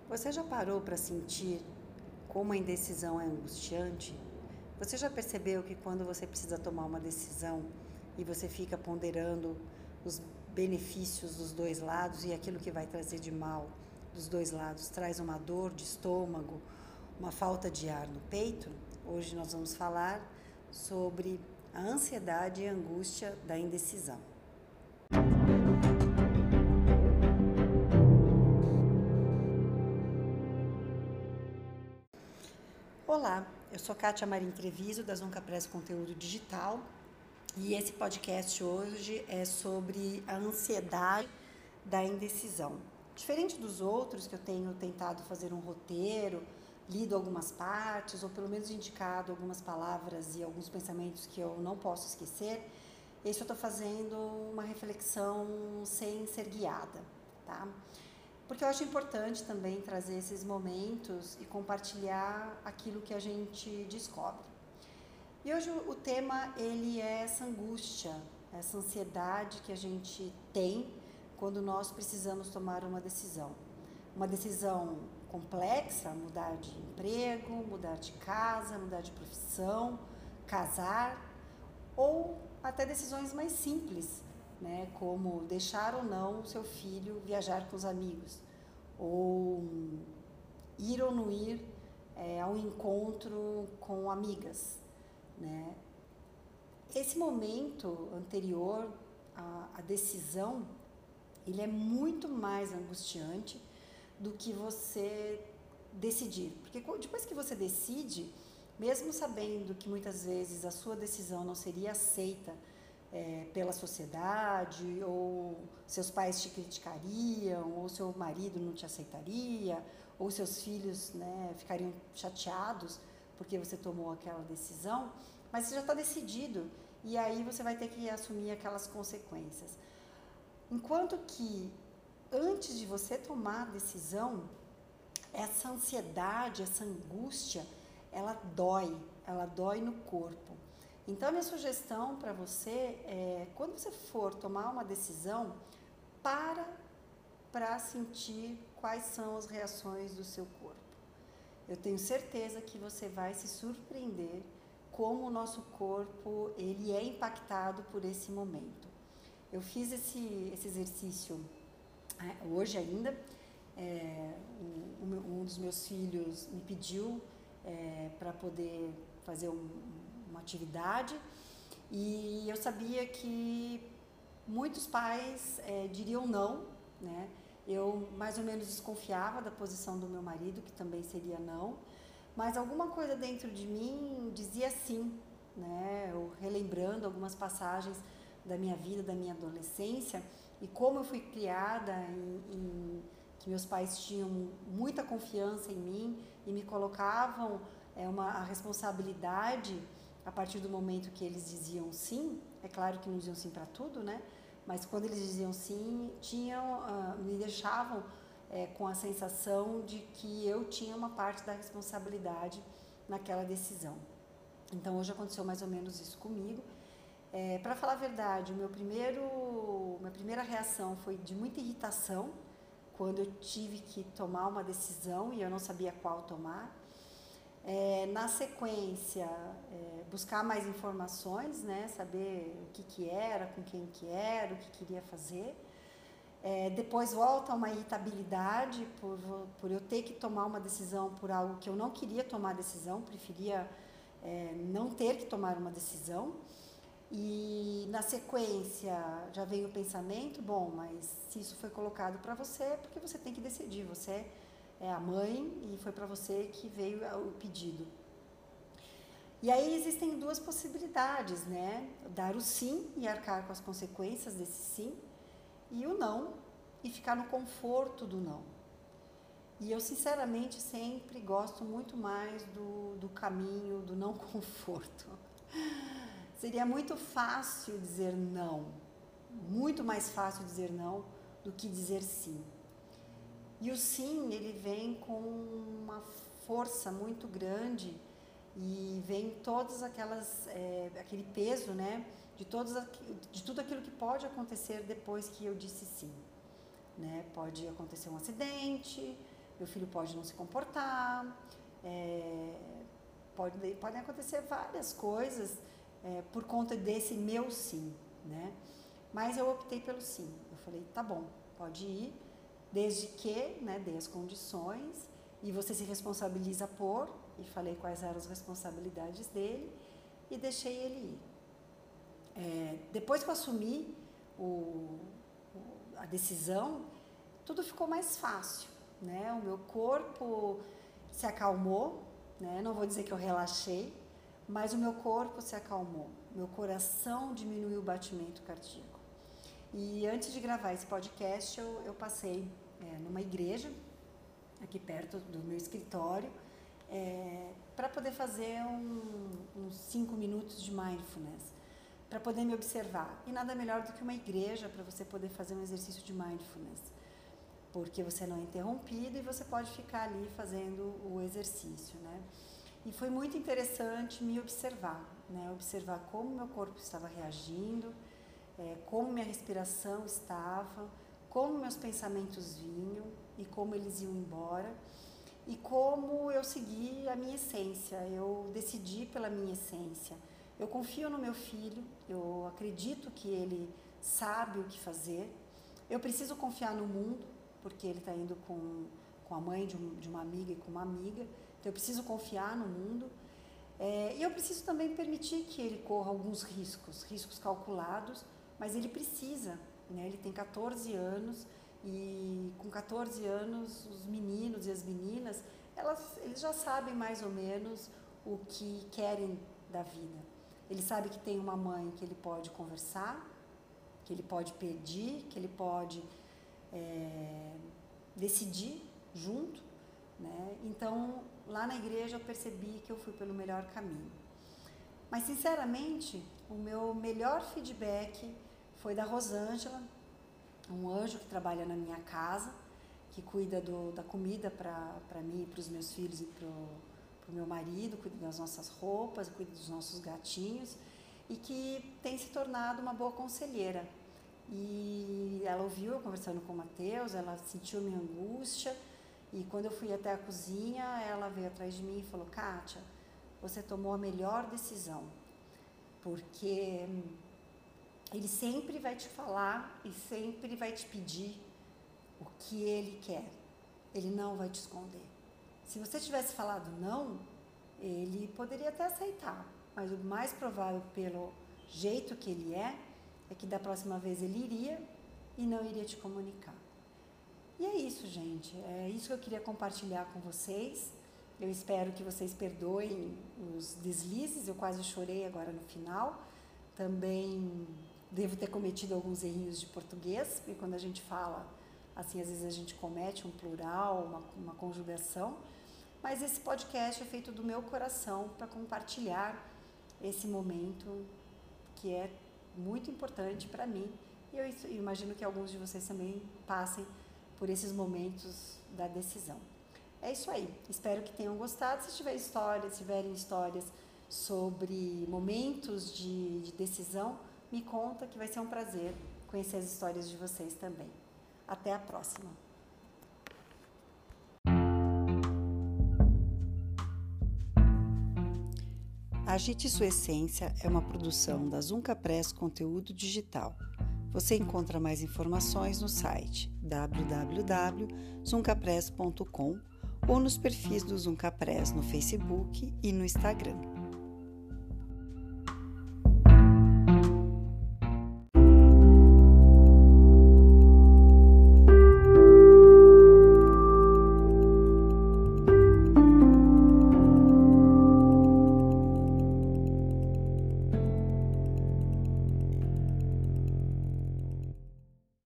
Você já parou para sentir como a indecisão é angustiante? Você já percebeu que quando você precisa tomar uma decisão e você fica ponderando os benefícios dos dois lados e aquilo que vai trazer de mal dos dois lados traz uma dor de estômago, uma falta de ar no peito? Hoje nós vamos falar sobre a ansiedade e a angústia da indecisão. Olá, eu sou Kátia Marim Treviso, da Zonca Press Conteúdo Digital, e esse podcast hoje é sobre a ansiedade da indecisão. Diferente dos outros, que eu tenho tentado fazer um roteiro, lido algumas partes, ou pelo menos indicado algumas palavras e alguns pensamentos que eu não posso esquecer, esse eu estou fazendo uma reflexão sem ser guiada, tá? Porque eu acho importante também trazer esses momentos e compartilhar aquilo que a gente descobre. E hoje o tema ele é essa angústia, essa ansiedade que a gente tem quando nós precisamos tomar uma decisão. Uma decisão complexa, mudar de emprego, mudar de casa, mudar de profissão, casar, ou até decisões mais simples, né, como deixar ou não o seu filho viajar com os amigos, ou ir ou não ir ao encontro com amigas, né? Esse momento anterior à decisão, ele é muito mais angustiante do que você decidir, porque depois que você decide, mesmo sabendo que muitas vezes a sua decisão não seria aceita pela sociedade, ou seus pais te criticariam, ou seu marido não te aceitaria, ou seus filhos, né, ficariam chateados porque você tomou aquela decisão, mas você já está decidido e aí você vai ter que assumir aquelas consequências. Enquanto que antes de você tomar a decisão, essa ansiedade, essa angústia, ela dói no corpo. Então, a minha sugestão para você é, quando você for tomar uma decisão, para sentir quais são as reações do seu corpo. Eu tenho certeza que você vai se surpreender como o nosso corpo ele é impactado por esse momento. Eu fiz esse exercício hoje ainda. Um dos meus filhos me pediu para poder fazer uma atividade e eu sabia que muitos pais diriam não, né? Eu mais ou menos desconfiava da posição do meu marido, que também seria não, mas alguma coisa dentro de mim dizia sim, né? Eu relembrando algumas passagens da minha vida, da minha adolescência e como eu fui criada que meus pais tinham muita confiança em mim e me colocavam a responsabilidade a partir do momento que eles diziam sim. É claro que não diziam sim para tudo, né? Mas quando eles diziam sim, me deixavam com a sensação de que eu tinha uma parte da responsabilidade naquela decisão. Então hoje aconteceu mais ou menos isso comigo. Para falar a verdade, minha primeira reação foi de muita irritação quando eu tive que tomar uma decisão e eu não sabia qual tomar. Na sequência, buscar mais informações, né? Saber o que era, com quem que era, o que queria fazer. Depois volta uma irritabilidade por eu ter que tomar uma decisão por algo que eu não queria tomar decisão, preferia não ter que tomar uma decisão. E na sequência já vem o pensamento, bom, mas se isso foi colocado para você é porque você tem que decidir, você é a mãe e foi para você que veio o pedido. E aí existem duas possibilidades, né? Dar o sim e arcar com as consequências desse sim, e o não e ficar no conforto do não. E eu sinceramente sempre gosto muito mais do caminho do não conforto. Seria muito fácil dizer não, muito mais fácil dizer não do que dizer sim. E o sim, ele vem com uma força muito grande e vem todas aquele peso, né, de tudo aquilo que pode acontecer depois que eu disse sim, né? Pode acontecer um acidente, meu filho pode não se comportar, podem acontecer várias coisas por conta desse meu sim, né? Mas eu optei pelo sim. Eu falei, tá bom, pode ir, desde que, né, dê as condições e você se responsabiliza por, e falei quais eram as responsabilidades dele e deixei ele ir. Depois que eu assumi a decisão, tudo ficou mais fácil, né? O meu corpo se acalmou, né? Não vou dizer que eu relaxei, mas o meu corpo se acalmou, meu coração diminuiu o batimento cardíaco. E antes de gravar esse podcast, eu passei numa igreja, aqui perto do meu escritório, para poder fazer uns 5 minutos de mindfulness, para poder me observar. E nada melhor do que uma igreja para você poder fazer um exercício de mindfulness, porque você não é interrompido e você pode ficar ali fazendo o exercício, né? E foi muito interessante me observar, né? Observar como meu corpo estava reagindo, como minha respiração estava, como meus pensamentos vinham e como eles iam embora e como eu segui a minha essência, eu decidi pela minha essência. Eu confio no meu filho, eu acredito que ele sabe o que fazer, eu preciso confiar no mundo, porque ele está indo com a mãe de uma amiga e com uma amiga, então eu preciso confiar no mundo. E eu preciso também permitir que ele corra alguns riscos calculados, mas ele precisa, né? Ele tem 14 anos e com 14 anos os meninos e as meninas, eles já sabem mais ou menos o que querem da vida. Ele sabe que tem uma mãe que ele pode conversar, que ele pode pedir, que ele pode decidir junto, né? Então, lá na igreja eu percebi que eu fui pelo melhor caminho. Mas, sinceramente, o meu melhor feedback foi da Rosângela, um anjo que trabalha na minha casa, que cuida da comida para mim, para os meus filhos e para o meu marido, cuida das nossas roupas, cuida dos nossos gatinhos e que tem se tornado uma boa conselheira. E ela ouviu eu conversando com o Matheus, ela sentiu minha angústia e quando eu fui até a cozinha, ela veio atrás de mim e falou: Kátia, você tomou a melhor decisão, porque ele sempre vai te falar e sempre vai te pedir o que ele quer, ele não vai te esconder. Se você tivesse falado não, ele poderia até aceitar, mas o mais provável, pelo jeito que ele é que da próxima vez ele iria e não iria te comunicar. E é isso, gente, é isso que eu queria compartilhar com vocês. Eu espero que vocês perdoem os deslizes, eu quase chorei agora no final. Também devo ter cometido alguns errinhos de português, porque quando a gente fala assim, às vezes a gente comete um plural, uma conjugação, mas esse podcast é feito do meu coração para compartilhar esse momento que é muito importante para mim e eu imagino que alguns de vocês também passem por esses momentos da decisão. É isso aí, espero que tenham gostado. Se tiverem histórias sobre momentos de decisão, me conta que vai ser um prazer conhecer as histórias de vocês também. Até a próxima! Agite Sua Essência é uma produção da Zunca Press Conteúdo Digital. Você encontra mais informações no site www.zuncapress.com ou nos perfis do Zunca Press no Facebook e no Instagram.